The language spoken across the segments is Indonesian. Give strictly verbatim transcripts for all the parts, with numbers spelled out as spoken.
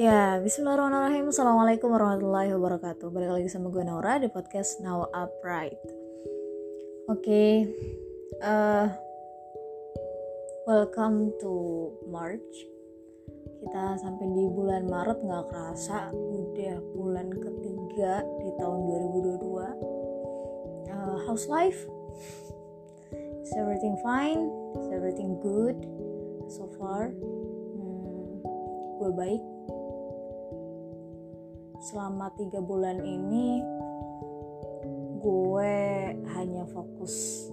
Ya, bismillahirrahmanirrahim. Assalamualaikum warahmatullahi wabarakatuh. Balik lagi sama gue Naura di podcast Now Upright. Oke, okay, uh, welcome to March. Kita sampai di bulan Maret, nggak kerasa udah bulan ketiga di tahun dua ribu dua puluh dua. Uh, how's life? Is everything fine? Is everything good so far? Hmm, gue baik. Selama tiga bulan ini gue hanya fokus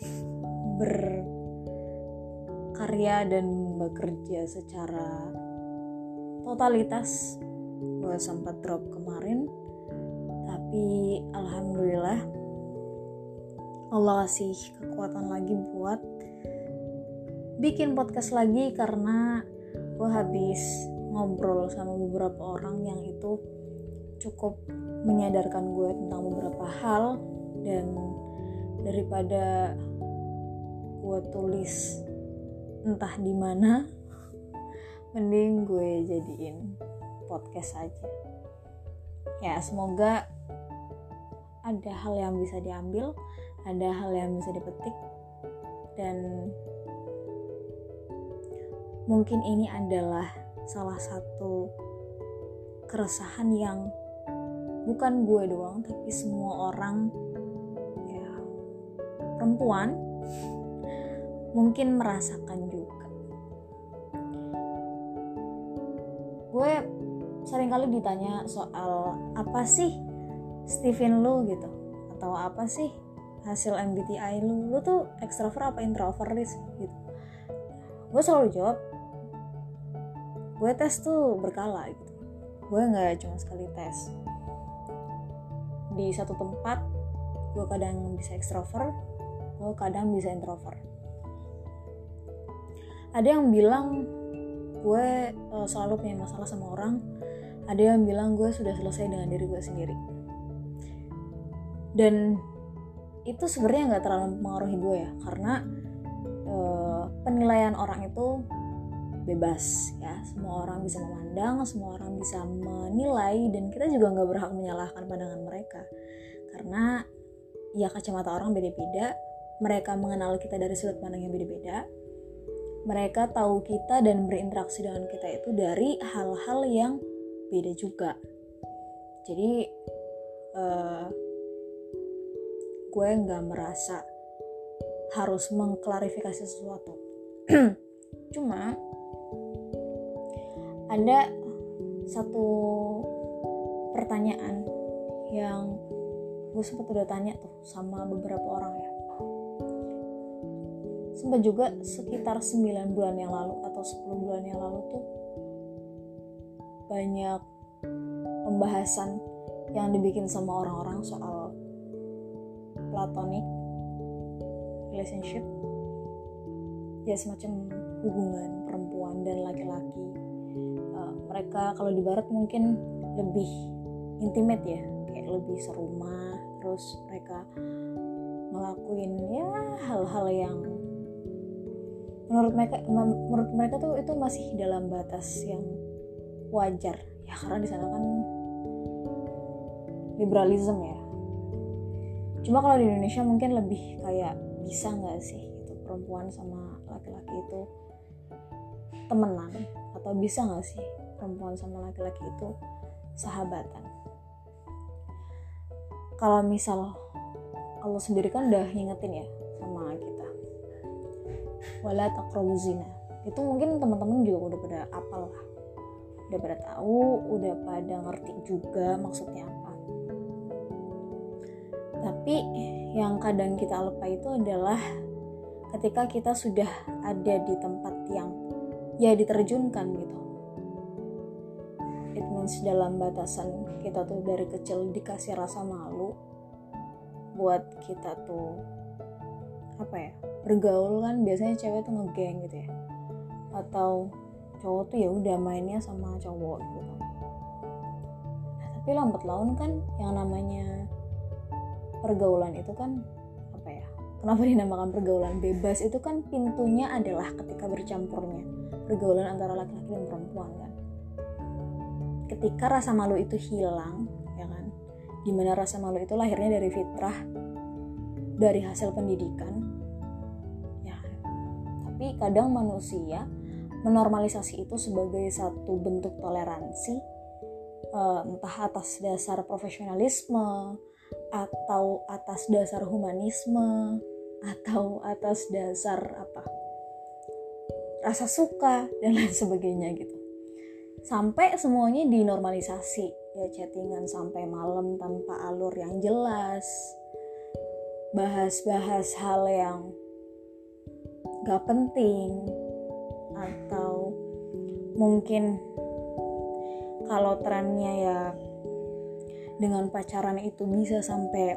berkarya dan bekerja secara totalitas. Gue sempat drop kemarin, tapi alhamdulillah Allah kasih kekuatan lagi buat bikin podcast lagi, karena gue habis ngobrol sama beberapa orang yang itu cukup menyadarkan gue tentang beberapa hal, dan daripada gue tulis entah di mana, mending gue jadiin podcast aja. Ya, semoga ada hal yang bisa diambil, ada hal yang bisa dipetik, dan mungkin ini adalah salah satu keresahan yang bukan gue doang, tapi semua orang, ya, perempuan mungkin merasakan juga. Gue sering kali ditanya soal apa sih Steven lu gitu, atau apa sih hasil M B T I lu, lu tuh extrovert apa introvert gitu. Gue selalu jawab, gue tes tuh berkala gitu. Gue nggak cuma sekali tes. Di satu tempat gue kadang bisa ekstrovert, gue kadang bisa introvert. Ada yang bilang gue uh, selalu punya masalah sama orang, ada yang bilang gue sudah selesai dengan diri gue sendiri. Dan itu sebenarnya nggak terlalu mempengaruhi gue ya, karena uh, penilaian orang itu bebas ya, semua orang bisa memandang, semua orang bisa menilai, dan kita juga nggak berhak menyalahkan pandangan mereka, karena ya kacamata orang beda-beda, mereka mengenal kita dari sudut pandang yang beda-beda, mereka tahu kita dan berinteraksi dengan kita itu dari hal-hal yang beda juga. Jadi uh, gue nggak merasa harus mengklarifikasi sesuatu. Cuma ada satu pertanyaan yang gue sempat udah tanya tuh sama beberapa orang ya. Sempat juga sekitar sembilan bulan yang lalu atau sepuluh bulan yang lalu tuh banyak pembahasan yang dibikin sama orang-orang soal platonic relationship, ya semacam hubungan perempuan dan laki-laki. Uh, mereka kalau di barat mungkin lebih intimate ya, kayak lebih serumah, terus mereka ngelakuin ya hal-hal yang menurut mereka menurut mereka tuh itu masih dalam batas yang wajar ya, karena di sana kan liberalism ya. Cuma kalau di Indonesia mungkin lebih kayak, bisa nggak sih itu perempuan sama laki-laki itu temenan, atau bisa nggak sih perempuan sama laki-laki itu sahabatan? Kalau misal Allah sendiri kan udah ngingetin ya sama kita, wala taqrabu zina, itu mungkin teman-teman juga udah pada apal lah, udah pada tahu, udah pada ngerti juga maksudnya apa. Tapi yang kadang kita lupa itu adalah ketika kita sudah ada di tempat yang ya diterjunkan gitu. It means dalam batasan kita tuh dari kecil dikasih rasa malu buat kita tuh apa ya, bergaul kan biasanya cewek tuh ngegeng gitu ya, atau cowok tuh ya udah mainnya sama cowok gitu. Nah, tapi lambat laun kan yang namanya pergaulan itu kan apa ya, kenapa dinamakan pergaulan bebas, itu kan pintunya adalah ketika bercampurnya pergaulan antara laki-laki dan perempuan kan. ketika rasa malu itu hilang, ya kan, dimana rasa malu itu lahirnya dari fitrah, dari hasil pendidikan, ya. Tapi kadang manusia menormalisasi itu sebagai satu bentuk toleransi, entah atas dasar profesionalisme, atau atas dasar humanisme, atau atas dasar apa, rasa suka dan lain sebagainya gitu. Sampai semuanya dinormalisasi, ya, chattingan sampai malam tanpa alur yang jelas, bahas-bahas hal yang gak penting, atau mungkin kalau trennya ya dengan pacaran itu bisa sampai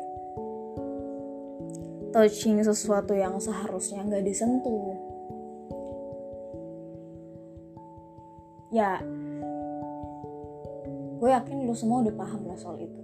touching sesuatu yang seharusnya gak disentuh. Ya, gue yakin lu semua udah paham lah soal itu.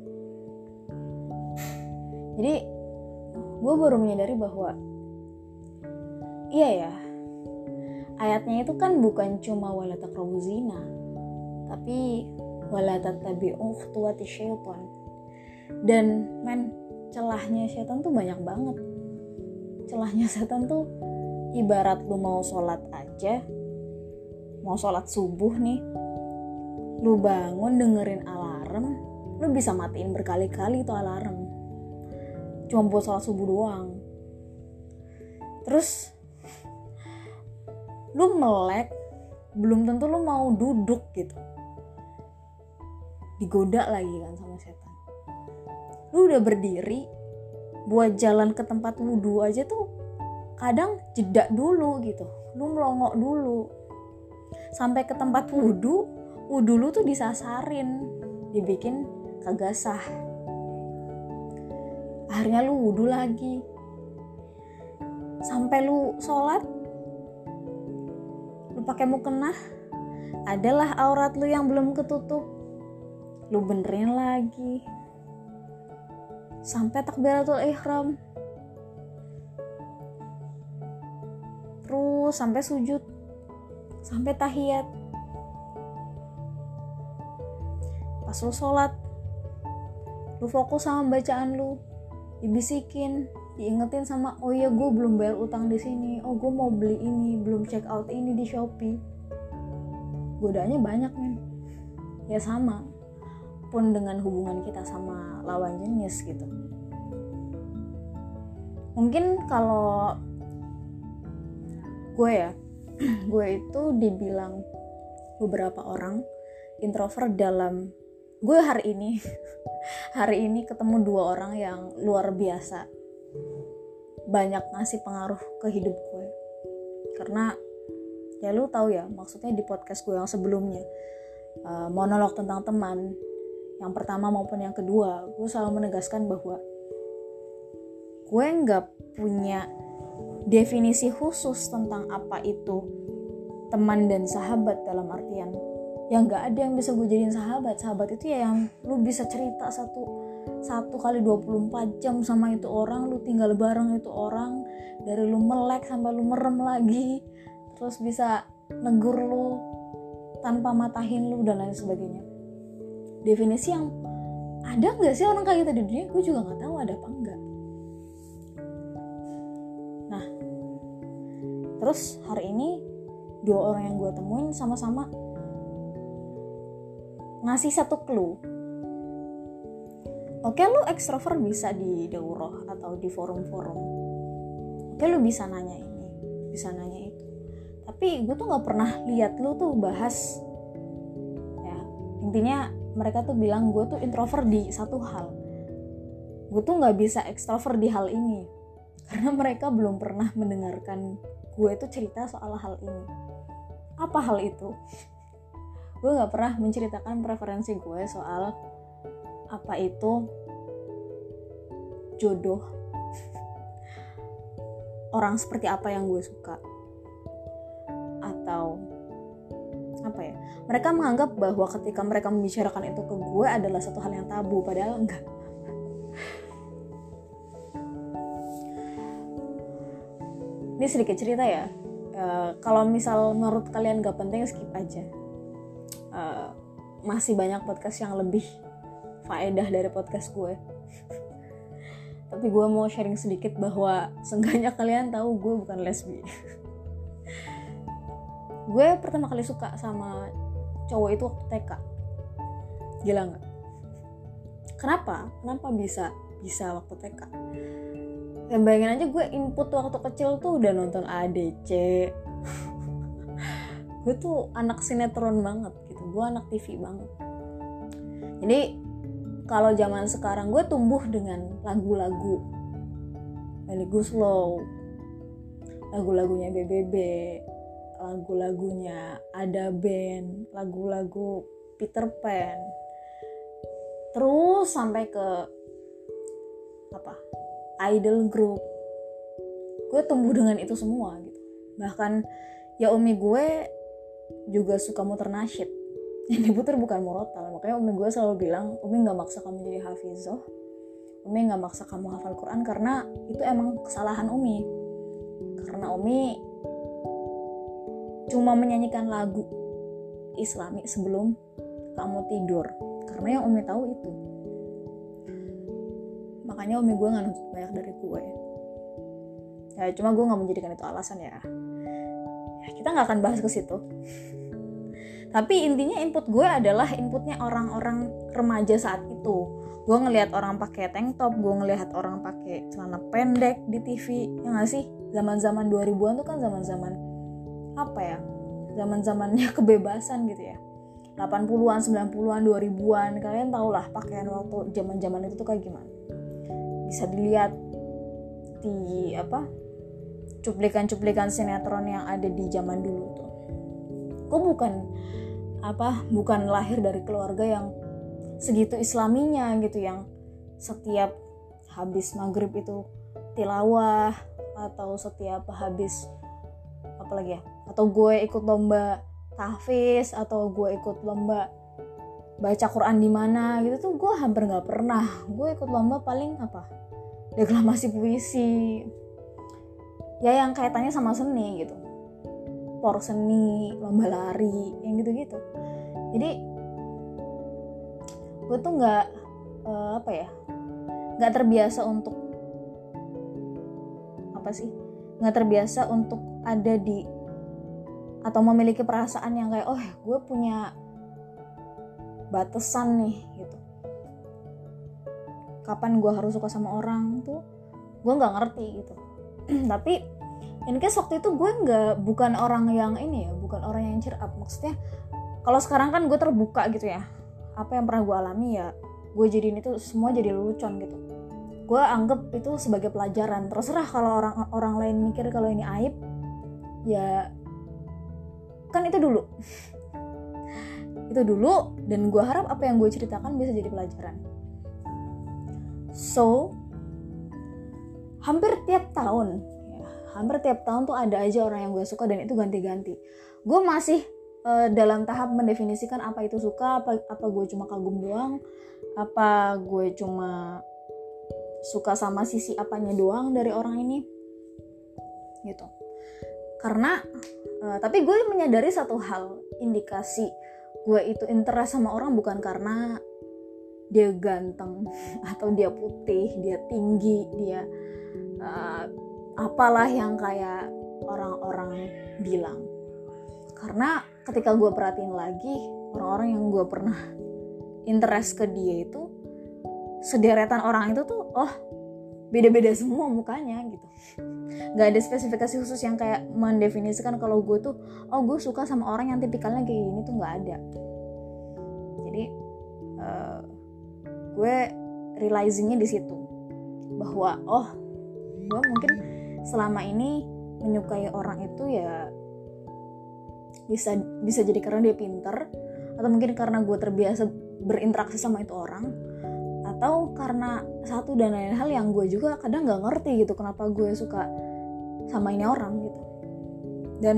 Jadi gue baru menyadari bahwa iya ya, ayatnya itu kan bukan cuma wala taqrabu zina, tapi wala tattabi'u khutuwati syaitan. Dan men, celahnya setan tuh banyak banget. Celahnya setan tuh ibarat lu mau sholat aja, mau sholat subuh nih, lu bangun dengerin alarm, lu bisa matiin berkali-kali tuh alarm, cuma buat sholat subuh doang. Terus lu melek, belum tentu lu mau duduk gitu, digoda lagi kan sama setan. Lu udah berdiri buat jalan ke tempat wudhu aja tuh kadang jeda dulu gitu, lu melongok dulu sampai ke tempat wudhu, wudhu lu tuh disasarin, dibikin kagak sah. Akhirnya lu wudhu lagi, sampai lu sholat, lu pakai mukena, adalah aurat lu yang belum ketutup, lu benerin lagi, sampai takbiratul ihram, terus sampai sujud, sampai tahiyat. Pas lu sholat, lu fokus sama bacaan lu, dibisikin, diingetin sama, oh iya gue belum bayar utang di sini, oh gue mau beli ini, belum check out ini di Shopee. Godaannya banyak men. Ya sama pun dengan hubungan kita sama lawan jenis gitu. Mungkin kalau gue ya, gue itu dibilang beberapa orang introvert dalam gue hari ini hari ini ketemu dua orang yang luar biasa banyak ngasih pengaruh ke hidup gue. Karena ya lu tahu ya, maksudnya di podcast gue yang sebelumnya, uh, monolog tentang teman yang pertama maupun yang kedua, gue selalu menegaskan bahwa gue nggak punya definisi khusus tentang apa itu teman dan sahabat, dalam artian ya nggak ada yang bisa gue jadiin sahabat. Sahabat itu ya yang lu bisa cerita satu satu kali dua puluh empat jam sama itu orang, lu tinggal bareng itu orang, dari lu melek sampai lu merem lagi, terus bisa negur lu tanpa matahin lu dan lain sebagainya. Definisi yang ada nggak sih orang kayak gitu di dunia? Gue juga nggak tahu ada apa enggak. Nah, terus hari ini dua orang yang gue temuin sama-sama ngasih satu clue. Oke, lu ekstrovert bisa di daurah atau di forum-forum. Oke, lu bisa nanya ini, bisa nanya itu. Tapi gue tuh gak pernah lihat lu tuh bahas. Ya, intinya mereka tuh bilang gue tuh introvert di satu hal. Gue tuh gak bisa ekstrovert di hal ini. Karena mereka belum pernah mendengarkan gue tuh cerita soal hal ini. Apa hal itu? Gue gak pernah menceritakan preferensi gue soal apa itu jodoh, orang seperti apa yang gue suka, atau apa ya, mereka menganggap bahwa ketika mereka membicarakan itu ke gue adalah satu hal yang tabu, padahal enggak. Ini sedikit cerita ya, uh, kalau misal menurut kalian gak penting skip aja. Uh, masih banyak podcast yang lebih faedah dari podcast gue. Tapi gue mau sharing sedikit bahwa seenggaknya kalian tahu gue bukan lesbi. Gue pertama kali suka sama cowok itu waktu T K. Gila nggak? Kenapa? Kenapa bisa bisa waktu T K? Ya bayangin aja gue input waktu kecil tuh udah nonton A D C. Gue tuh anak sinetron banget gitu. Gue anak T V banget. Jadi kalau zaman sekarang gue tumbuh dengan lagu-lagu Melly Goeslaw, lagu-lagunya B B B, lagu-lagunya Ada Band, lagu-lagu Peter Pan, terus sampai ke apa idol group. Gue tumbuh dengan itu semua gitu. Bahkan ya umi gue juga suka muter nasyid. Yang diputer bukan murotal. Makanya umi gue selalu bilang, umi gak maksa kamu jadi hafizoh, umi gak maksa kamu hafal Quran, karena itu emang kesalahan umi. Karena umi cuma menyanyikan lagu Islami sebelum kamu tidur, karena yang umi tahu itu. Makanya umi gue gak nuntut banyak dari gue. Ya cuma gue gak menjadikan itu alasan ya. Ya kita gak akan bahas ke situ. Tapi intinya input gue adalah inputnya orang-orang remaja saat itu. Gue ngelihat orang pakai tank top, gue ngelihat orang pakai celana pendek di T V, ya nggak sih? Zaman-zaman dua ribuan tuh kan zaman-zaman apa ya? Zaman-zamannya kebebasan gitu ya. delapan puluhan, sembilan puluhan, dua ribuan, kalian tau lah pakaian waktu zaman-zaman itu tuh kayak gimana. Bisa dilihat di apa? Cuplikan-cuplikan sinetron yang ada di zaman dulu tuh. Gue bukan apa bukan lahir dari keluarga yang segitu islaminya gitu, yang setiap habis maghrib itu tilawah, atau setiap habis apa lagi ya, atau gue ikut lomba tahfiz, atau gue ikut lomba baca Quran di mana gitu tuh gue hampir nggak pernah. Gue ikut lomba paling apa deklamasi puisi ya yang kaitannya sama seni gitu, por seni, lomba lari, yang gitu-gitu. Jadi gue tuh nggak uh, apa ya, nggak terbiasa untuk apa sih, nggak terbiasa untuk ada di atau memiliki perasaan yang kayak oh gue punya batasan nih gitu. Kapan gue harus suka sama orang tuh gue nggak ngerti gitu. Tapi in case waktu itu gue nggak bukan orang yang ini ya, bukan orang yang cheer up. Maksudnya kalau sekarang kan gue terbuka gitu ya, apa yang pernah gue alami ya gue jadiin itu semua jadi lelucon gitu. Gue anggap itu sebagai pelajaran. Terserah kalau orang orang lain mikir kalau ini aib, ya kan itu dulu itu dulu dan gue harap apa yang gue ceritakan bisa jadi pelajaran. So hampir tiap tahun hampir tiap tahun tuh ada aja orang yang gue suka, dan itu ganti-ganti. Gue masih uh, dalam tahap mendefinisikan apa itu suka, apa apa gue cuma kagum doang, apa gue cuma suka sama sisi apanya doang dari orang ini gitu. Karena uh, tapi gue menyadari satu hal, indikasi gue itu interest sama orang bukan karena dia ganteng atau dia putih, dia tinggi, dia uh, apalah yang kayak orang-orang bilang. Karena ketika gue perhatiin lagi, orang-orang yang gue pernah interest ke dia itu, sederetan orang itu tuh oh beda-beda semua mukanya gitu. Gak ada spesifikasi khusus yang kayak mendefinisikan kalau gue tuh oh gue suka sama orang yang tipikalnya kayak gini, tuh gak ada. Jadi uh, gue realizingnya di situ bahwa oh gue mungkin selama ini menyukai orang itu ya bisa bisa jadi karena dia pinter, atau mungkin karena gue terbiasa berinteraksi sama itu orang, atau karena satu dan lain hal yang gue juga kadang nggak ngerti gitu kenapa gue suka sama ini orang gitu. Dan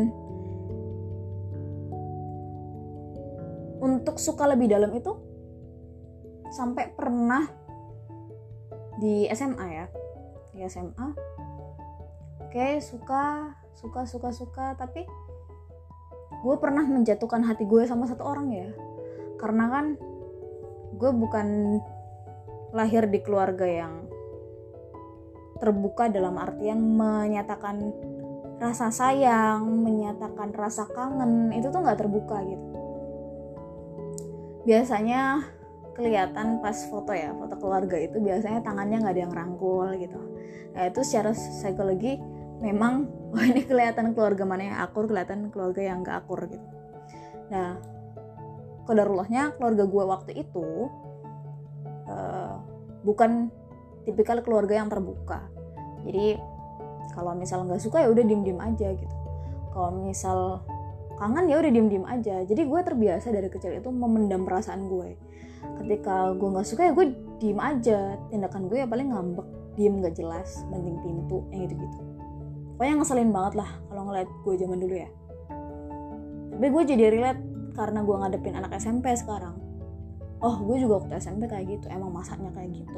untuk suka lebih dalam itu sampai pernah di S M A ya di S M A oke suka suka suka suka tapi gue pernah menjatuhkan hati gue sama satu orang ya, karena kan gue bukan lahir di keluarga yang terbuka dalam artian menyatakan rasa sayang, menyatakan rasa kangen, itu tuh nggak terbuka gitu. Biasanya kelihatan pas foto ya, foto keluarga itu biasanya tangannya nggak ada yang rangkul gitu. Nah itu secara psikologi memang oh ini kelihatan keluarga mana yang akur, kelihatan keluarga yang nggak akur gitu. Nah qadarulahnya keluarga gue waktu itu uh, bukan tipikal keluarga yang terbuka. Jadi kalau misal nggak suka ya udah diem-diem aja gitu. Kalau misal kangen ya udah diem-diem aja. Jadi gue terbiasa dari kecil itu memendam perasaan gue. Ketika gue nggak suka ya gue diem aja. Tindakan gue ya paling ngambek, diem nggak jelas, banting pintu, yang gitu-gitu. Pokoknya ngeselin banget lah kalau ngeliat gue zaman dulu ya. Tapi gue jadi relate karena gue ngadepin anak S M P sekarang. Oh gue juga waktu S M P kayak gitu, emang masaknya kayak gitu.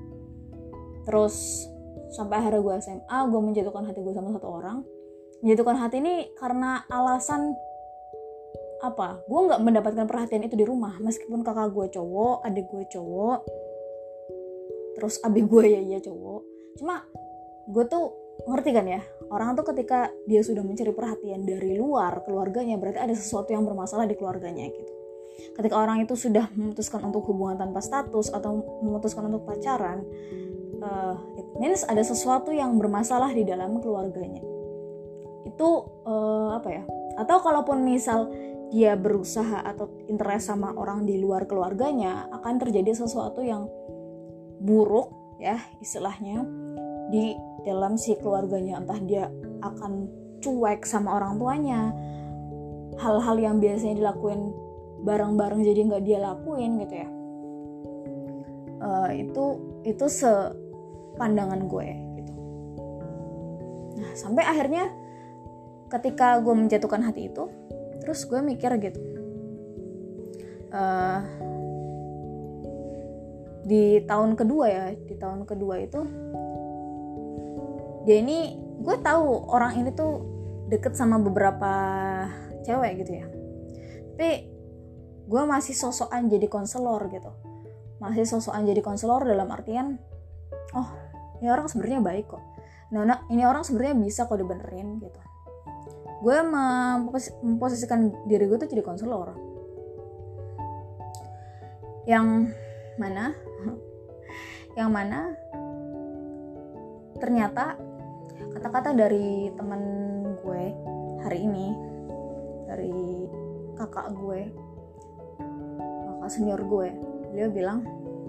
Terus sampai akhirnya gue S M A, gue menjatuhkan hati gue sama satu orang. Menjatuhkan hati ini karena alasan apa? Gue nggak mendapatkan perhatian itu di rumah, meskipun kakak gue cowok, adik gue cowok, terus abik gue ya iya cowok. Cuma gue tuh ngerti kan ya, orang tuh ketika dia sudah mencari perhatian dari luar keluarganya, berarti ada sesuatu yang bermasalah di keluarganya gitu. Ketika orang itu sudah memutuskan untuk hubungan tanpa status atau memutuskan untuk pacaran, Uh, it means ada sesuatu yang bermasalah di dalam keluarganya. Itu uh, apa ya? Atau kalaupun misal dia berusaha atau interest sama orang di luar keluarganya, akan terjadi sesuatu yang buruk ya istilahnya di dalam si keluarganya. Entah dia akan cuek sama orang tuanya, hal-hal yang biasanya dilakuin bareng-bareng jadi nggak dia lakuin gitu ya. Uh, itu itu se pandangan gue gitu. Nah sampai akhirnya ketika gue menjatuhkan hati itu, terus gue mikir gitu, uh, di tahun kedua ya, di tahun kedua itu dia ini, gue tahu orang ini tuh deket sama beberapa cewek gitu ya, tapi gue masih sosokan jadi konselor gitu, masih sosokan jadi konselor dalam artian oh ini orang sebenarnya baik kok, nah, nah ini orang sebenarnya bisa kok dibenerin gitu. Gue mempos- memposisikan diri gue tuh jadi konselor yang mana yang mana ternyata kata-kata dari teman gue hari ini, dari kakak gue, kakak senior gue, dia bilang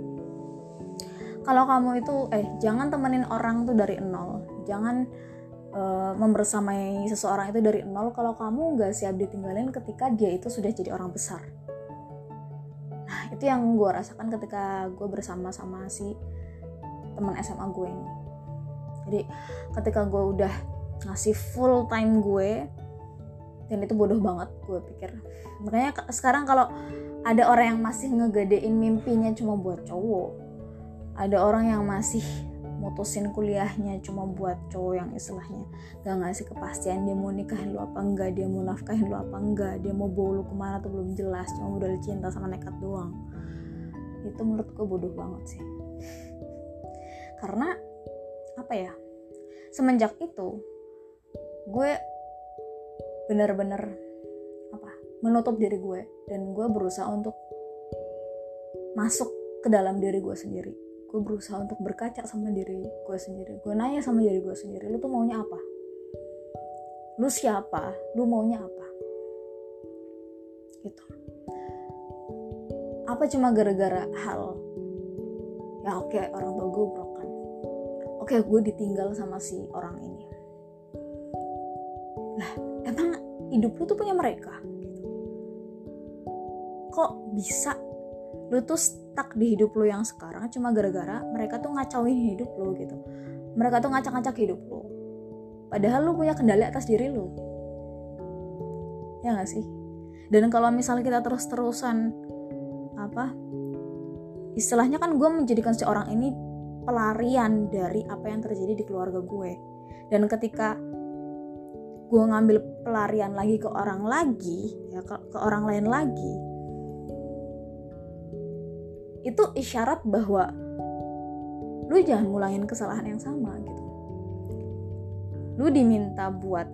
kalau kamu itu eh jangan temenin orang tuh dari nol, jangan uh, membersamai seseorang itu dari nol kalau kamu nggak siap ditinggalin ketika dia itu sudah jadi orang besar. Nah itu yang gue rasakan ketika gue bersama sama si teman S M A gue ini. Jadi ketika gue udah ngasih full time gue, dan itu bodoh banget gue pikir. Makanya sekarang kalau ada orang yang masih ngegadein mimpinya cuma buat cowok, ada orang yang masih mutusin kuliahnya cuma buat cowok yang istilahnya gak ngasih kepastian dia mau nikahin lu apa enggak, dia mau nafkahin lu apa enggak, dia mau bawa lu kemana tuh belum jelas, cuma modal cinta sama nekat doang. Itu menurut gue bodoh banget sih. Karena apa ya, semenjak itu gue benar-benar apa menutup diri gue, dan gue berusaha untuk masuk ke dalam diri gue sendiri. Gue berusaha untuk berkaca sama diri gue sendiri. Gue nanya sama diri gue sendiri, lu tuh maunya apa? Lu siapa? Lu maunya apa? Gitu. Apa cuma gara-gara hal ya oke okay, orang tua gue broken, oke okay, gue ditinggal sama si orang ini. Lah emang hidup lu tuh punya mereka gitu. Kok bisa lu tuh stuck di hidup lu yang sekarang cuma gara-gara mereka tuh ngacauin hidup lu gitu, mereka tuh ngacak-ngacak hidup lu, padahal lu punya kendali atas diri lu, ya nggak sih? Dan kalau misalnya kita terus-terusan apa istilahnya, kan gue menjadikan si orang ini pelarian dari apa yang terjadi di keluarga gue, dan ketika gue ngambil pelarian lagi ke orang lagi ya ke, ke orang lain lagi, itu isyarat bahwa lu jangan ngulangin kesalahan yang sama gitu. Lu diminta buat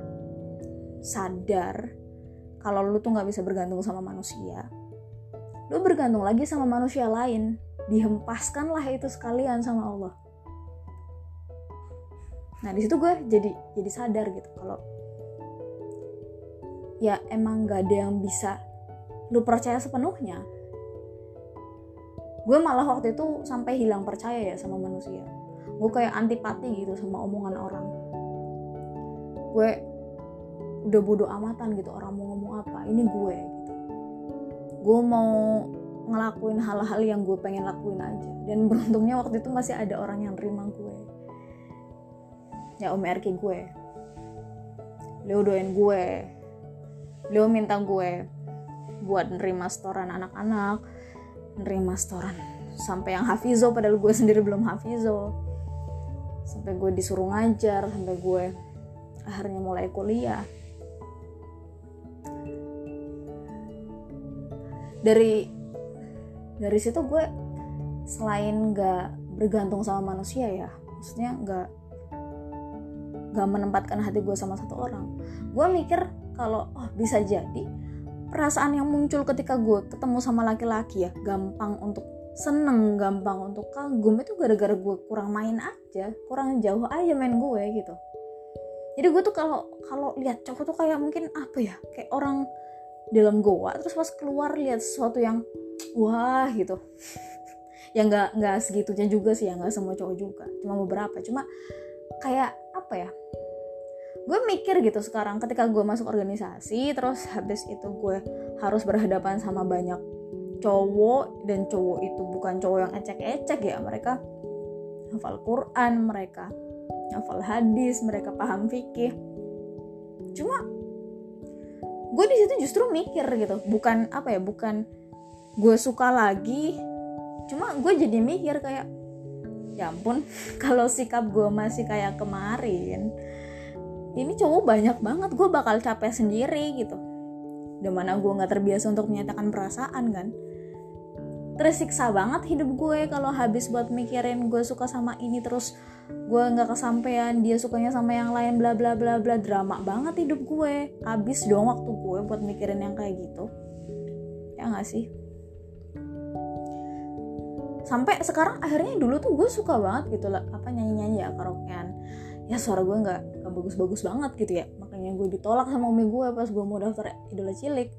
sadar kalau lu tuh gak bisa bergantung sama manusia. Lu bergantung lagi sama manusia lain. Dihempaskanlah itu sekalian sama Allah. Nah di situ gue jadi jadi sadar gitu kalau ya emang gak ada yang bisa lu percaya sepenuhnya. Gue malah waktu itu sampai hilang percaya ya sama manusia. Gue kayak antipati gitu sama omongan orang. Gue udah bodo amatan gitu orang mau ngomong apa, ini gue gitu. Gue mau ngelakuin hal-hal yang gue pengen lakuin aja. Dan beruntungnya waktu itu masih ada orang yang nerima gue. Ya Om R K gue. Beliau doain gue. Beliau minta gue buat nerima setoran anak-anak, nerima setoran sampai yang hafizo, padahal gue sendiri belum hafizo. Sampai gue disuruh ngajar, sampai gue akhirnya mulai kuliah. Dari dari situ gue selain gak bergantung sama manusia ya, maksudnya gak gak menempatkan hati gue sama satu orang. Gue mikir kalau oh bisa jadi perasaan yang muncul ketika gue ketemu sama laki-laki ya, gampang untuk seneng, gampang untuk kagum, itu gara-gara gue kurang main aja, kurang jauh aja main gue gitu. Jadi gue tuh kalau kalau lihat cowok tuh kayak mungkin apa ya, kayak orang dalam goa terus pas keluar lihat sesuatu yang wah gitu. Ya nggak nggak segitunya juga sih ya, nggak semua cowok juga, cuma beberapa. Cuma kayak apa ya, gue mikir gitu sekarang ketika gue masuk organisasi, terus habis itu gue harus berhadapan sama banyak cowok, dan cowok itu bukan cowok yang ecek-ecek ya, mereka hafal Quran, mereka hafal hadis, mereka paham fikih. Cuma gue di situ justru mikir gitu, bukan apa ya, bukan gue suka lagi, cuma gue jadi mikir kayak ya ampun, kalau sikap gue masih kayak kemarin, ini cowok banyak banget, gue bakal capek sendiri gitu. Dimana gue gak terbiasa untuk menyatakan perasaan kan. Tersiksa banget hidup gue kalau habis buat mikirin gue suka sama ini, terus gue gak kesampean, dia sukanya sama yang lain, bla bla bla bla. Drama banget hidup gue. Habis dong waktu gue buat mikirin yang kayak gitu. Ya gak sih? Sampai sekarang akhirnya, dulu tuh gue suka banget gitu lah, apa nyanyi-nyanyi ya, karaokean. Ya suara gue nggak nggak bagus-bagus banget gitu ya, makanya gue ditolak sama umi gue pas gue mau daftar Idola Cilik.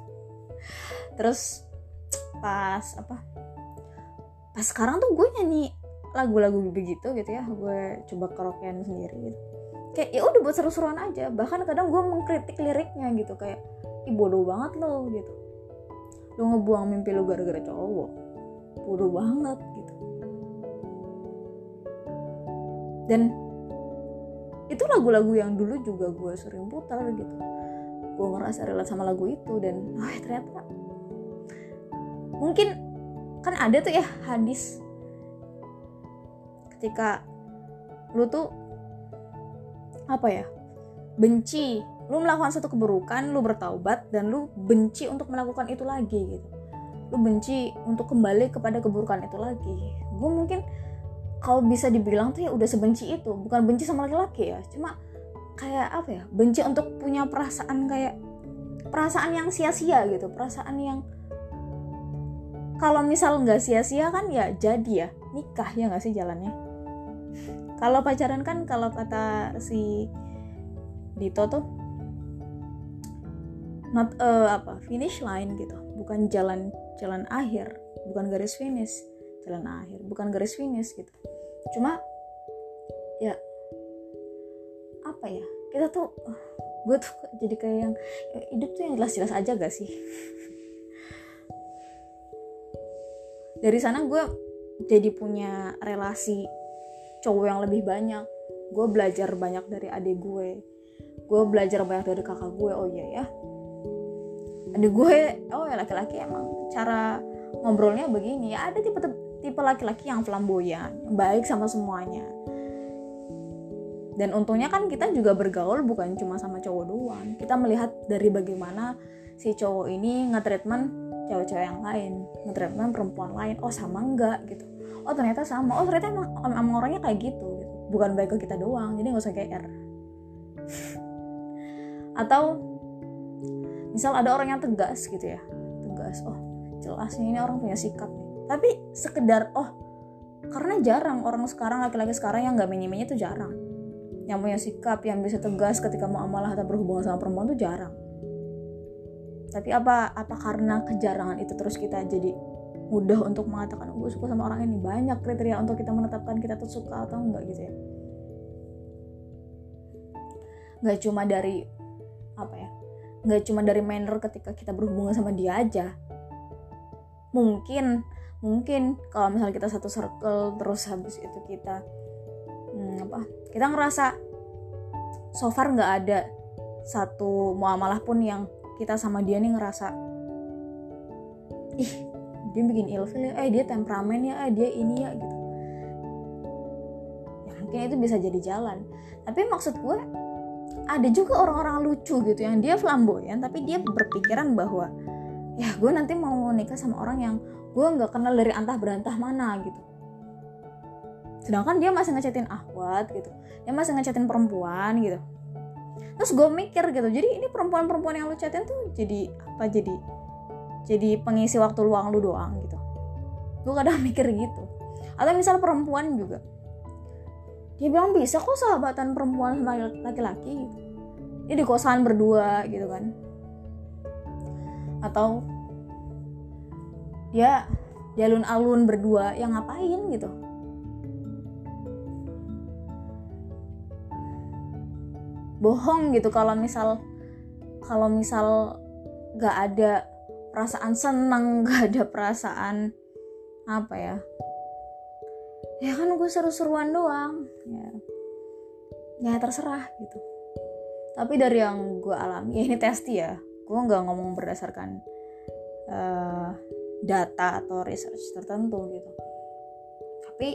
Terus pas apa pas sekarang tuh gue nyanyi lagu-lagu begitu gitu ya, gue coba karaokean sendiri gitu. Kayak ya udah buat seru-seruan aja, bahkan kadang gue mengkritik liriknya gitu, kayak ih bodoh banget lo gitu, lo ngebuang mimpi lo gara-gara cowok, bodoh banget gitu. Dan itu lagu-lagu yang dulu juga gue sering putar gitu, gue ngerasa relate sama lagu itu. Dan oh, ternyata mungkin kan ada tuh ya hadis, ketika lu tuh apa ya, benci, lu melakukan satu keburukan, lu bertaubat, dan lu benci untuk melakukan itu lagi gitu, lu benci untuk kembali kepada keburukan itu lagi. Gue mungkin kalau bisa dibilang tuh ya udah sebenci itu, bukan benci sama laki-laki ya, cuma kayak apa ya, benci untuk punya perasaan kayak perasaan yang sia-sia gitu, perasaan yang kalau misal nggak sia-sia kan ya jadi ya nikah ya nggak sih jalannya. Kalau pacaran kan kalau kata si Dito tuh not uh, apa finish line gitu, bukan jalan jalan akhir, bukan garis finish. Jalan akhir, bukan garis finish gitu. Cuma ya apa ya, kita tuh uh, gue tuh jadi kayak yang ya, hidup tuh yang jelas-jelas aja gak sih. Dari sana gue jadi punya relasi cowok yang lebih banyak. Gue belajar banyak dari adik gue, gue belajar banyak dari kakak gue. Oh iya ya, adik gue oh ya laki-laki emang cara ngobrolnya begini ya, ada tipe tipe laki-laki yang flamboyan, yang baik sama semuanya. Dan untungnya kan kita juga bergaul bukan cuma sama cowok doang. Kita melihat dari bagaimana si cowok ini nge-treatment cewek-cewek yang lain, nge-treatment perempuan lain. Oh sama enggak gitu, oh ternyata sama, oh ternyata emang, emang orangnya kayak gitu, gitu. Bukan baik ke kita doang, jadi gak usah G R. Atau misal ada orang yang tegas gitu ya, tegas, oh jelas nih ini orang punya sikap nih, tapi sekedar oh karena jarang orang sekarang, laki-laki sekarang yang gak menye-menye itu jarang, yang punya sikap, yang bisa tegas ketika muamalah atau berhubungan sama perempuan itu jarang. Tapi apa apa karena kejarangan itu terus kita jadi mudah untuk mengatakan gue suka sama orang ini? Banyak kriteria untuk kita menetapkan kita tuh suka atau enggak gitu ya. Nggak cuma dari apa ya, nggak cuma dari manner ketika kita berhubungan sama dia aja. Mungkin mungkin kalau misalnya kita satu circle terus habis itu kita hmm, apa kita ngerasa so far nggak ada satu muamalah pun yang kita sama dia nih ngerasa ih dia bikin ilfil ya, eh dia temperamen ya, eh dia ini ya gitu ya, mungkin itu bisa jadi jalan. Tapi maksud gue ada juga orang-orang lucu gitu yang dia flamboyan tapi dia berpikiran bahwa ya gue nanti mau nikah sama orang yang gue nggak kenal dari antah berantah mana gitu, sedangkan dia masih ngechatin ahwat gitu, dia masih ngechatin perempuan gitu. Terus gue mikir gitu, jadi ini perempuan-perempuan yang lu chatin tuh jadi apa, jadi jadi pengisi waktu luang lu doang gitu. Gue kadang mikir gitu. Atau misal perempuan juga, dia bilang bisa kok sahabatan perempuan sama laki-laki gitu, dia di kosan berdua gitu kan. Atau dia di alun-alun berdua, yang ngapain gitu. Bohong gitu kalau misal kalau misal gak ada perasaan senang, gak ada perasaan apa ya ya kan gue seru-seruan doang ya, ya terserah gitu. Tapi dari yang gue alami, ya ini testi ya, gue gak ngomong berdasarkan uh, data atau research tertentu gitu. Tapi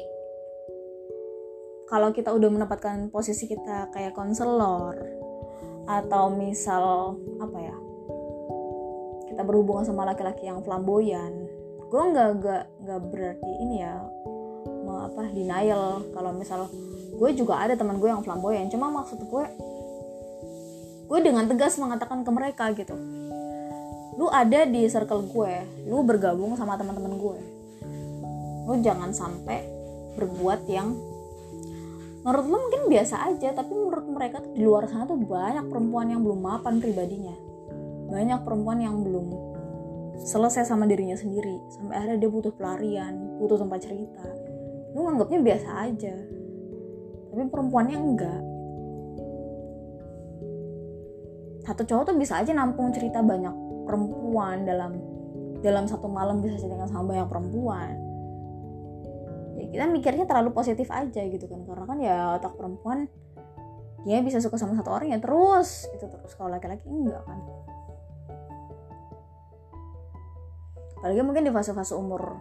kalau kita udah mendapatkan posisi kita kayak konselor atau misal apa ya, kita berhubungan sama laki-laki yang flamboyan, gue nggak nggak nggak berarti ini ya mau apa denial kalau misal gue juga ada teman gue yang flamboyan. Cuma maksud gue gue dengan tegas mengatakan ke mereka gitu, lu ada di circle gue, lu bergabung sama teman-teman gue, lu jangan sampai berbuat yang menurut lu mungkin biasa aja, tapi menurut mereka tuh di luar sana tuh banyak perempuan yang belum mapan pribadinya, banyak perempuan yang belum selesai sama dirinya sendiri, sampai akhirnya dia butuh pelarian, butuh tempat cerita. Lu nganggapnya biasa aja, tapi perempuannya enggak. Satu cowok tuh bisa aja nampung cerita banyak perempuan dalam dalam satu malam, bisa cerita sama banyak perempuan. Ya kita mikirnya terlalu positif aja gitu kan, karena kan ya otak perempuan dia bisa suka sama satu orang ya terus itu terus, kalau laki-laki enggak kan. Apalagi mungkin di fase-fase umur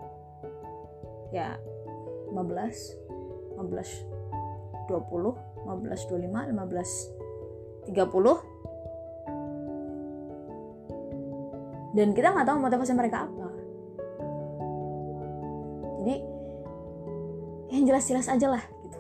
ya lima belas, lima belas dua puluh, lima belas dua puluh lima, lima belas tiga puluh, dan kita nggak tahu motivasi mereka apa. Jadi yang jelas-jelas aja lah gitu.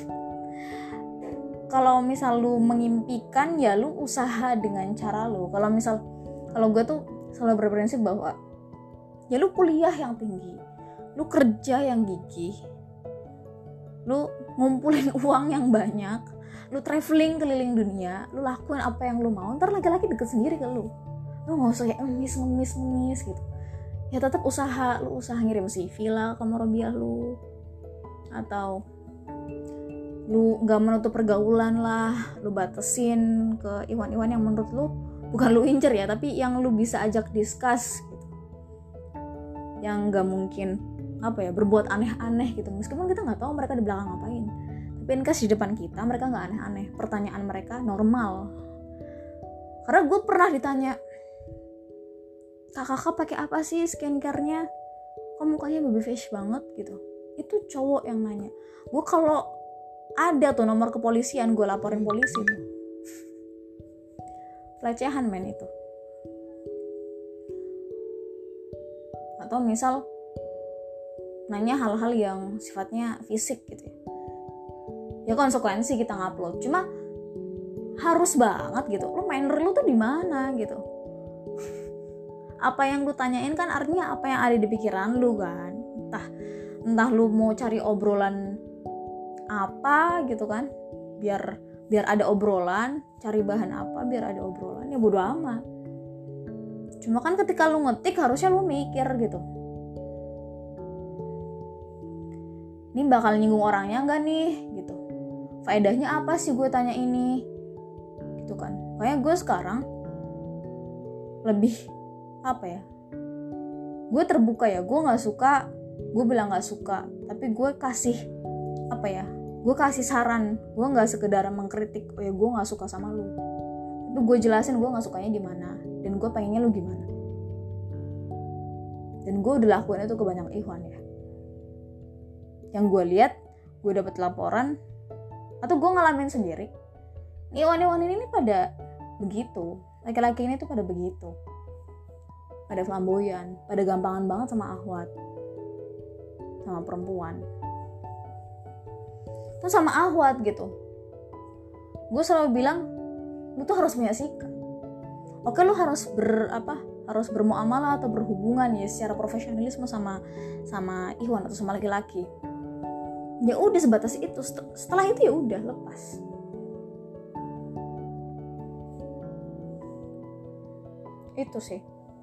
Kalau misal lu mengimpikan ya lu usaha dengan cara lu. Kalau misal kalau gue tuh selalu berprinsip bahwa ya lu kuliah yang tinggi, lu kerja yang gigih, lu ngumpulin uang yang banyak, lu traveling keliling dunia, lu lakuin apa yang lu mau, ntar laki-laki deket sendiri ke lu. Lu nggak usah kayak ngemis ngemis ngemis gitu. Ya tetap usaha, lu usaha ngirim C V lah ke Morobiah lu, atau lu nggak menutup pergaulan lah, lu batasin ke iwan-iwan yang menurut lu bukan lu incer ya, tapi yang lu bisa ajak discuss gitu, yang nggak mungkin apa ya berbuat aneh-aneh gitu, meskipun kita nggak tahu mereka di belakang ngapain, tapi in case di depan kita mereka nggak aneh-aneh, pertanyaan mereka normal. Karena gue pernah ditanya, kakak pakai apa sih skincare-nya, kok mukanya baby face banget gitu. Itu cowok yang nanya. Gue kalau ada tuh nomor kepolisian, gue laporin polisi tuh. Pelecehan men itu. atau misal nanya hal-hal yang sifatnya fisik gitu ya, ya konsekuensi kita ngupload. Cuma harus banget gitu, lu manner lu tuh di mana gitu. Apa yang lu tanyain kan artinya apa yang ada di pikiran lu kan. Entah entah lu mau cari obrolan apa gitu kan, biar biar ada obrolan, cari bahan apa biar ada obrolan, ya bodo amat. Cuma kan ketika lu ngetik harusnya lu mikir gitu, ini bakal nyinggung orangnya nggak nih gitu, faedahnya apa sih gue tanya ini gitu kan. Kayak gue sekarang lebih apa ya, gue terbuka ya, gue nggak suka, gue bilang nggak suka, tapi gue kasih apa ya, gue kasih saran, gue nggak sekedar mengkritik, oh ya gue nggak suka sama lu, tapi gue jelasin gue nggak sukanya di mana dan gue pengennya lu gimana. Dan gue udah lakuin itu ke banyak ikhwan ya. Yang gue lihat, gue dapet laporan atau gue ngalamin sendiri, ikhwan-ikhwan ini pada begitu, laki-laki ini tuh pada begitu, pada flamboyan, pada gampangan banget sama akhwat, sama perempuan, tuh sama akhwat gitu. Gue selalu bilang, lu tuh harus punya sikap. Oke, lu harus ber apa? Harus bermuamalah atau berhubungan ya secara profesionalisme sama sama ikhwan atau sama laki-laki. Ya udah sebatas itu. Setelah itu ya udah lepas. Itu sih.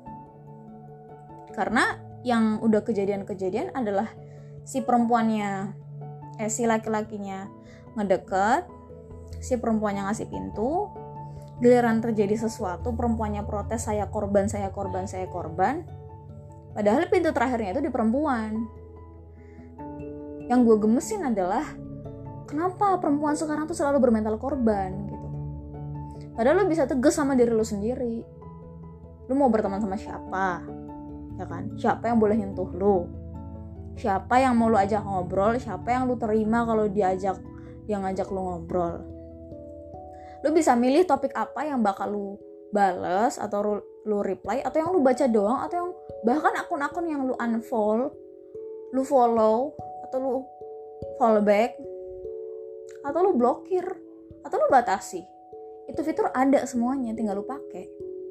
Karena yang udah kejadian-kejadian adalah si perempuannya eh si laki-lakinya ngedeket, si perempuannya ngasih pintu, giliran terjadi sesuatu perempuannya protes, saya korban, saya korban, saya korban. Padahal pintu terakhirnya itu di perempuan. Yang gue gemesin adalah kenapa perempuan sekarang tuh selalu bermental korban gitu. Padahal lo bisa tegas sama diri lo sendiri. Lo mau berteman sama siapa? Ya kan? Siapa yang boleh nyentuh lo? Siapa yang mau lo ajak ngobrol? Siapa yang lo terima kalau diajak, dia ngajak lo ngobrol? Lu bisa milih topik apa yang bakal lu bales atau lu, lu reply, atau yang lu baca doang, atau yang bahkan akun-akun yang lu unfollow, lu follow, atau lu follow back, atau lu blokir, atau lu batasi. Itu fitur ada semuanya, tinggal lu pakai.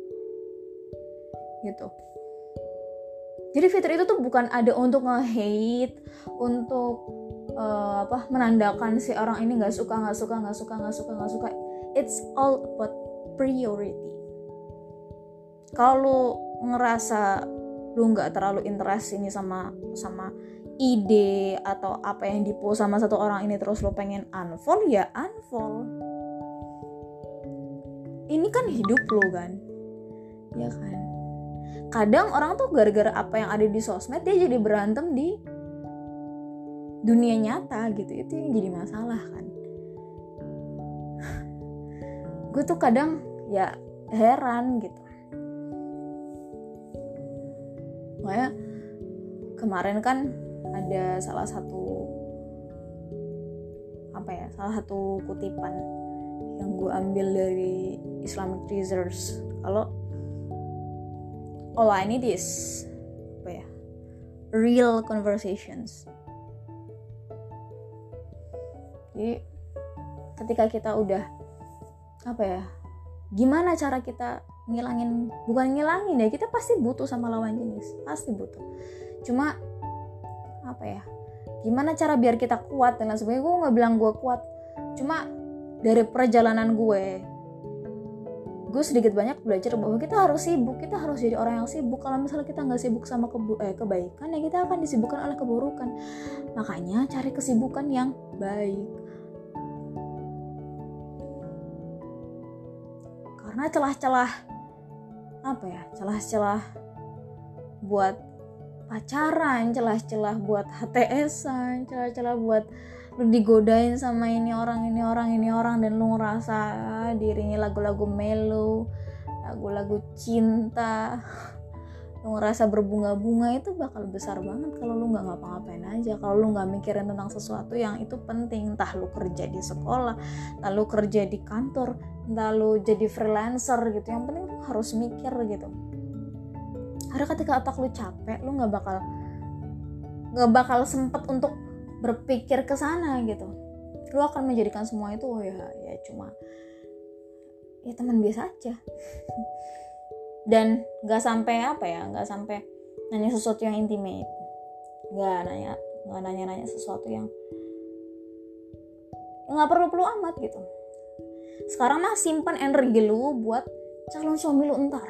Gitu. Jadi fitur itu tuh bukan ada untuk nge-hate, untuk uh, apa menandakan si orang ini nggak suka, nggak suka, nggak suka, nggak suka, nggak suka. It's all about priority. Kalau lu ngerasa lu nggak terlalu interest ini sama sama ide atau apa yang dipost sama satu orang ini, terus lu pengen unfollow, ya unfollow. Ini kan hidup lu kan, ya kan. Kadang orang tuh gara-gara apa yang ada di sosmed dia jadi berantem di dunia nyata gitu. Itu yang jadi masalah kan. Gue tuh kadang ya heran gitu. Makanya kemarin kan ada salah satu apa ya, salah satu kutipan yang gue ambil dari Islamic Research. Kalau all I need is apa ya, real conversations. Jadi ketika kita udah apa ya, gimana cara kita ngilangin, bukan ngilangin ya, kita pasti butuh sama lawan jenis, pasti butuh. Cuma apa ya, gimana cara biar kita kuat dan lain sebagainya. Gue nggak bilang gue kuat, cuma dari perjalanan gue gue sedikit banyak belajar bahwa kita harus sibuk, kita harus jadi orang yang sibuk. Kalau misalnya kita nggak sibuk sama kebu- eh, kebaikan, ya kita akan disibukkan oleh keburukan. Makanya cari kesibukan yang baik. Karena celah-celah apa ya, celah-celah buat pacaran, celah-celah buat H T S-an, celah-celah buat lu digodain sama ini orang, ini orang, ini orang, dan lu ngerasa dirinya lagu-lagu melo, lagu-lagu cinta, lu ngerasa berbunga-bunga, itu bakal besar banget kalau lu nggak ngapa-ngapain aja, kalau lu nggak mikirin tentang sesuatu yang itu penting. Entah lu kerja di sekolah, entah lu kerja di kantor, entah lu jadi freelancer gitu, yang penting tuh harus mikir gitu, Karena ketika otak lu capek, lu nggak bakal nggak bakal sempet untuk berpikir ke sana gitu. Lu akan menjadikan semua itu oh ya ya cuma ya teman biasa aja. Dan nggak sampai apa ya, nggak sampai nanya sesuatu yang intimate, nggak nanya nggak nanya-nanya sesuatu yang nggak perlu-perlu amat gitu. Sekarang mah simpan energi lu buat calon suami lu entar.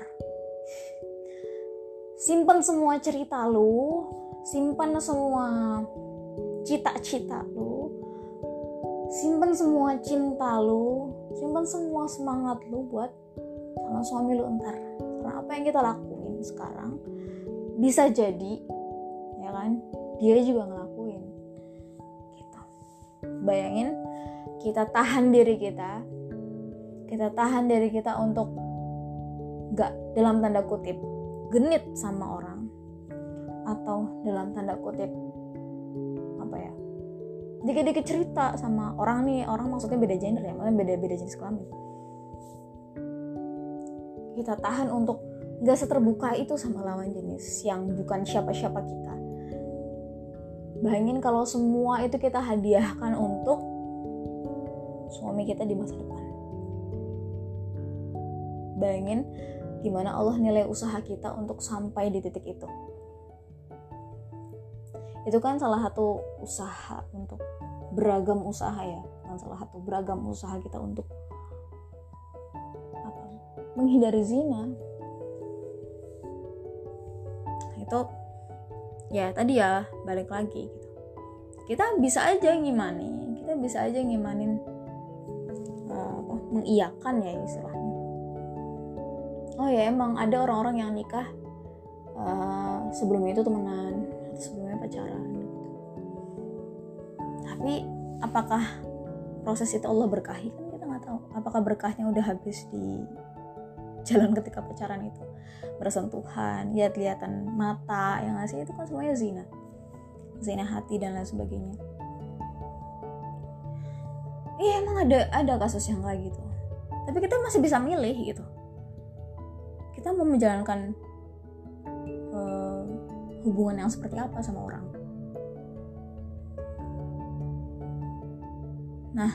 Simpan semua cerita lu, simpan semua cita-cita lu, simpan semua cinta lu, simpan semua semangat lu buat calon suami lu entar. Karena apa yang kita lakuin sekarang bisa jadi, ya kan, dia juga ngelakuin. Gitu. Bayangin kita tahan diri kita, kita tahan diri kita untuk gak dalam tanda kutip genit sama orang, atau dalam tanda kutip apa ya, dikit-dikit cerita sama orang nih, orang maksudnya beda gender ya, maksudnya beda-beda jenis kelamin. Kita tahan untuk gak seterbuka itu sama lawan jenis yang bukan siapa-siapa kita. Bayangin kalau semua itu kita hadiahkan untuk suami kita di masa depan. Bayangin gimana Allah nilai usaha kita untuk sampai di titik itu. Itu kan salah satu usaha untuk beragam usaha ya, kan salah satu beragam usaha kita untuk apa? Menghindari zina. Nah, itu ya tadi ya balik lagi gitu. Kita bisa aja ngimanin, kita bisa aja ngimanin uh, apa? Mengiyakan ya istilahnya. Oh ya emang ada orang-orang yang nikah uh, sebelumnya itu temenan, sebelumnya pacaran gitu. Tapi apakah proses itu Allah berkahi, kan kita nggak tahu. Apakah berkahnya udah habis di jalan ketika pacaran itu, bersentuhan, lihat-lihatan mata, yang ngasih itu kan semuanya zina, zina hati dan lain sebagainya. Iya emang ada ada kasus yang kayak gitu. Tapi kita masih bisa milih gitu. Kita mau menjalankan uh, hubungan yang seperti apa sama orang. Nah,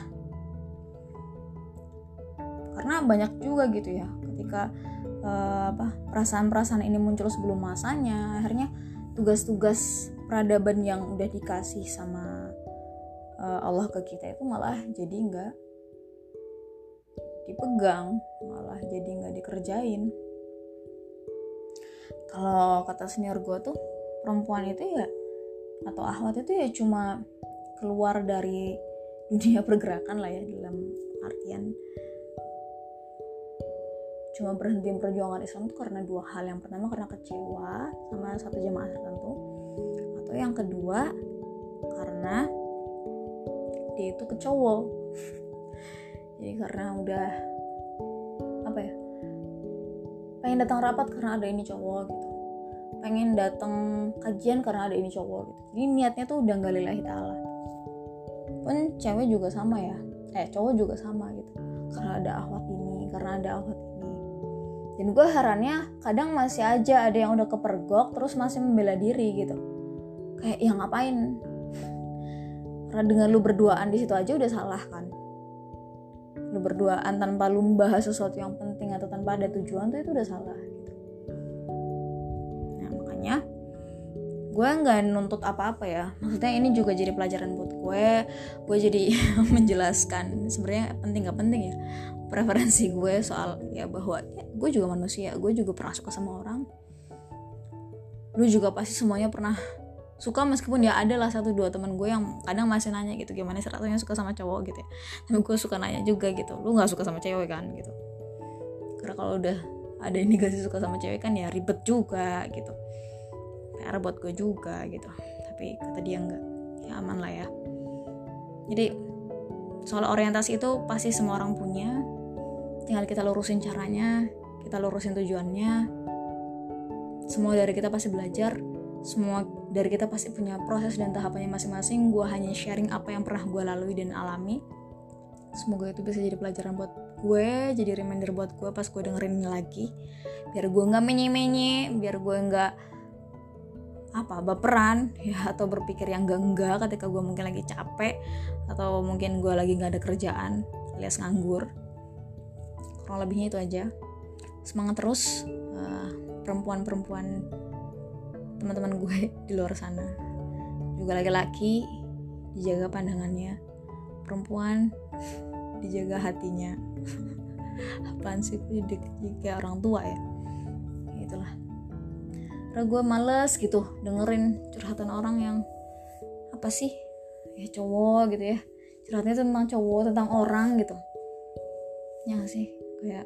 karena banyak juga gitu ya, ketika uh, apa perasaan-perasaan ini muncul sebelum masanya, akhirnya tugas-tugas peradaban yang udah dikasih sama uh, Allah ke kita itu malah jadi nggak dipegang, malah jadi nggak dikerjain. Kalau kata senior gue tuh, perempuan itu ya atau akhwat itu ya cuma keluar dari dunia pergerakan lah ya, dalam artian cuma berhenti perjuangan Islam itu karena dua hal. Yang pertama karena kecewa sama satu jamaah tertentu, atau yang kedua karena dia itu kecowol. Jadi karena udah apa ya, pengen datang rapat karena ada ini cowok gitu, pengen datang kajian karena ada ini cowok gitu. Jadi niatnya tuh udah gak lillahi ta'ala. Pun cewek juga sama ya, eh cowok juga sama gitu, karena ada akhwat ini, karena ada akhwat ini. Dan gue herannya kadang masih aja ada yang udah kepergok terus masih membela diri gitu. Kayak yang ngapain? Karena dengan lu berduaan di situ aja udah salah kan. Lu berduaan tanpa lu membahas sesuatu yang penting atau tanpa ada tujuan tuh itu udah salah gitu. Nah makanya gue nggak nuntut apa-apa ya, maksudnya ini juga jadi pelajaran buat gue. Gue jadi menjelaskan sebenarnya penting nggak penting ya preferensi gue soal ya bahwa ya, gue juga manusia, gue juga pernah suka sama orang, lu juga pasti semuanya pernah suka, meskipun ya ada lah satu dua teman gue yang kadang masih nanya gitu gimana sih rasanya suka sama cowok gitu ya. Tapi gue suka nanya juga gitu, lu nggak suka sama cewek kan gitu, karena kalau udah ada ini gak sih suka sama cewek kan ya ribet juga gitu, P R buat gue juga gitu. Tapi kata dia enggak, ya aman lah ya. Jadi soal orientasi itu pasti semua orang punya, tinggal kita lurusin caranya, kita lurusin tujuannya. Semua dari kita pasti belajar, semua dari kita pasti punya proses dan tahapannya masing-masing. Gue hanya sharing apa yang pernah gue lalui dan alami. Semoga itu bisa jadi pelajaran buat gue, jadi reminder buat gue pas gue dengerin ini lagi, biar gue nggak menye-menye, biar gue nggak apa baperan ya, atau berpikir yang enggak-enggak ketika gue mungkin lagi capek atau mungkin gue lagi nggak ada kerjaan alias nganggur. Kurang lebihnya itu aja. Semangat terus uh, perempuan-perempuan teman-teman gue di luar sana, juga laki-laki dijaga pandangannya, perempuan dijaga hatinya. Apaan sih, jadi kayak orang tua ya, itulah. Karena gue males gitu dengerin curhatan orang yang apa sih ya, cowok gitu ya, curhatnya tentang cowok, tentang orang gitu ya sih, kayak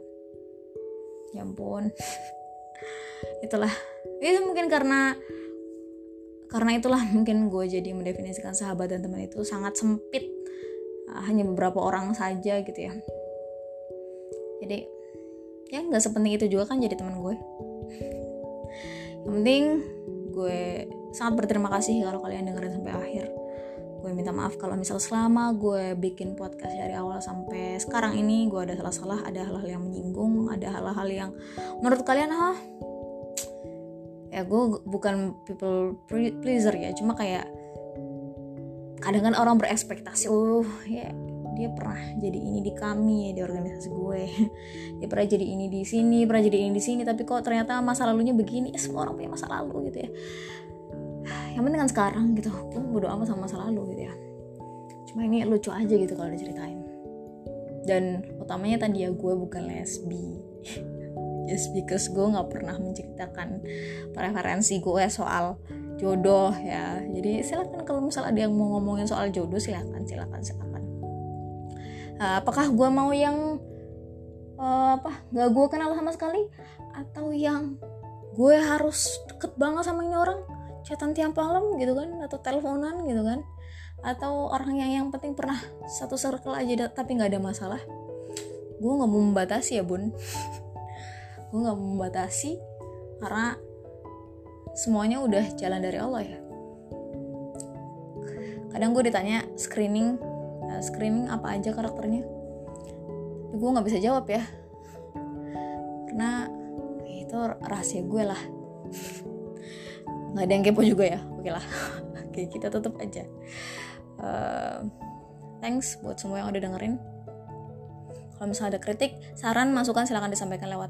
ya ampun. Itulah, itu mungkin karena karena itulah mungkin gue jadi mendefinisikan sahabat dan teman itu sangat sempit, hanya beberapa orang saja gitu ya. Jadi ya nggak sepenting itu juga kan jadi teman gue. Yang penting gue sangat berterima kasih kalau kalian dengerin sampai akhir. Gue minta maaf kalau misal selama gue bikin podcast dari awal sampai sekarang ini gue ada salah-salah, ada hal-hal yang menyinggung, ada hal-hal yang menurut kalian hah ya, gue bukan people pleaser ya, cuma kayak kadang kan orang berekspektasi, oh ya dia pernah jadi ini di kami ya, di organisasi gue, dia pernah jadi ini di sini, pernah jadi ini di sini, tapi kok ternyata masa lalunya begini. Ya semua orang punya masa lalu gitu ya, yang penting kan sekarang gitu, gue bodo amat sama masa lalu gitu ya. Cuma ini lucu aja gitu kalau diceritain. Dan utamanya tadi ya, gue bukan lesbi. Just because gue gak pernah menceritakan preferensi gue soal jodoh ya. Jadi silakan kalau misalnya ada yang mau ngomongin soal jodoh, silakan silakan silakan. Uh, apakah gue mau yang uh, apa gak gue kenal sama sekali, atau yang gue harus deket banget sama ini orang, chatan tiap malam gitu kan, atau teleponan gitu kan, atau orang yang yang penting pernah satu circle aja tapi nggak ada masalah. Gue nggak mau membatasi ya bun. Gue nggak mau membatasi karena semuanya udah jalan dari Allah ya. Kadang gue ditanya screening uh, screening apa aja karakternya, tapi gue nggak bisa jawab ya, karena itu rahasia gue lah. Nggak ada yang kepo juga ya, oke lah. Oke, kita tutup aja. Uh, thanks buat semua yang udah dengerin. Kalau misalnya ada kritik, saran, masukan silakan disampaikan lewat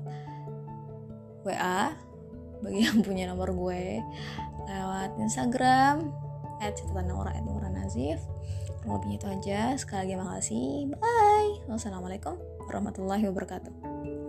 W A bagi yang punya nomor gue, lewat Instagram et catatan nomor et nuranazif. Kurang lebihnya itu aja. Sekali lagi makasih. Bye. Wassalamualaikum warahmatullahi wabarakatuh.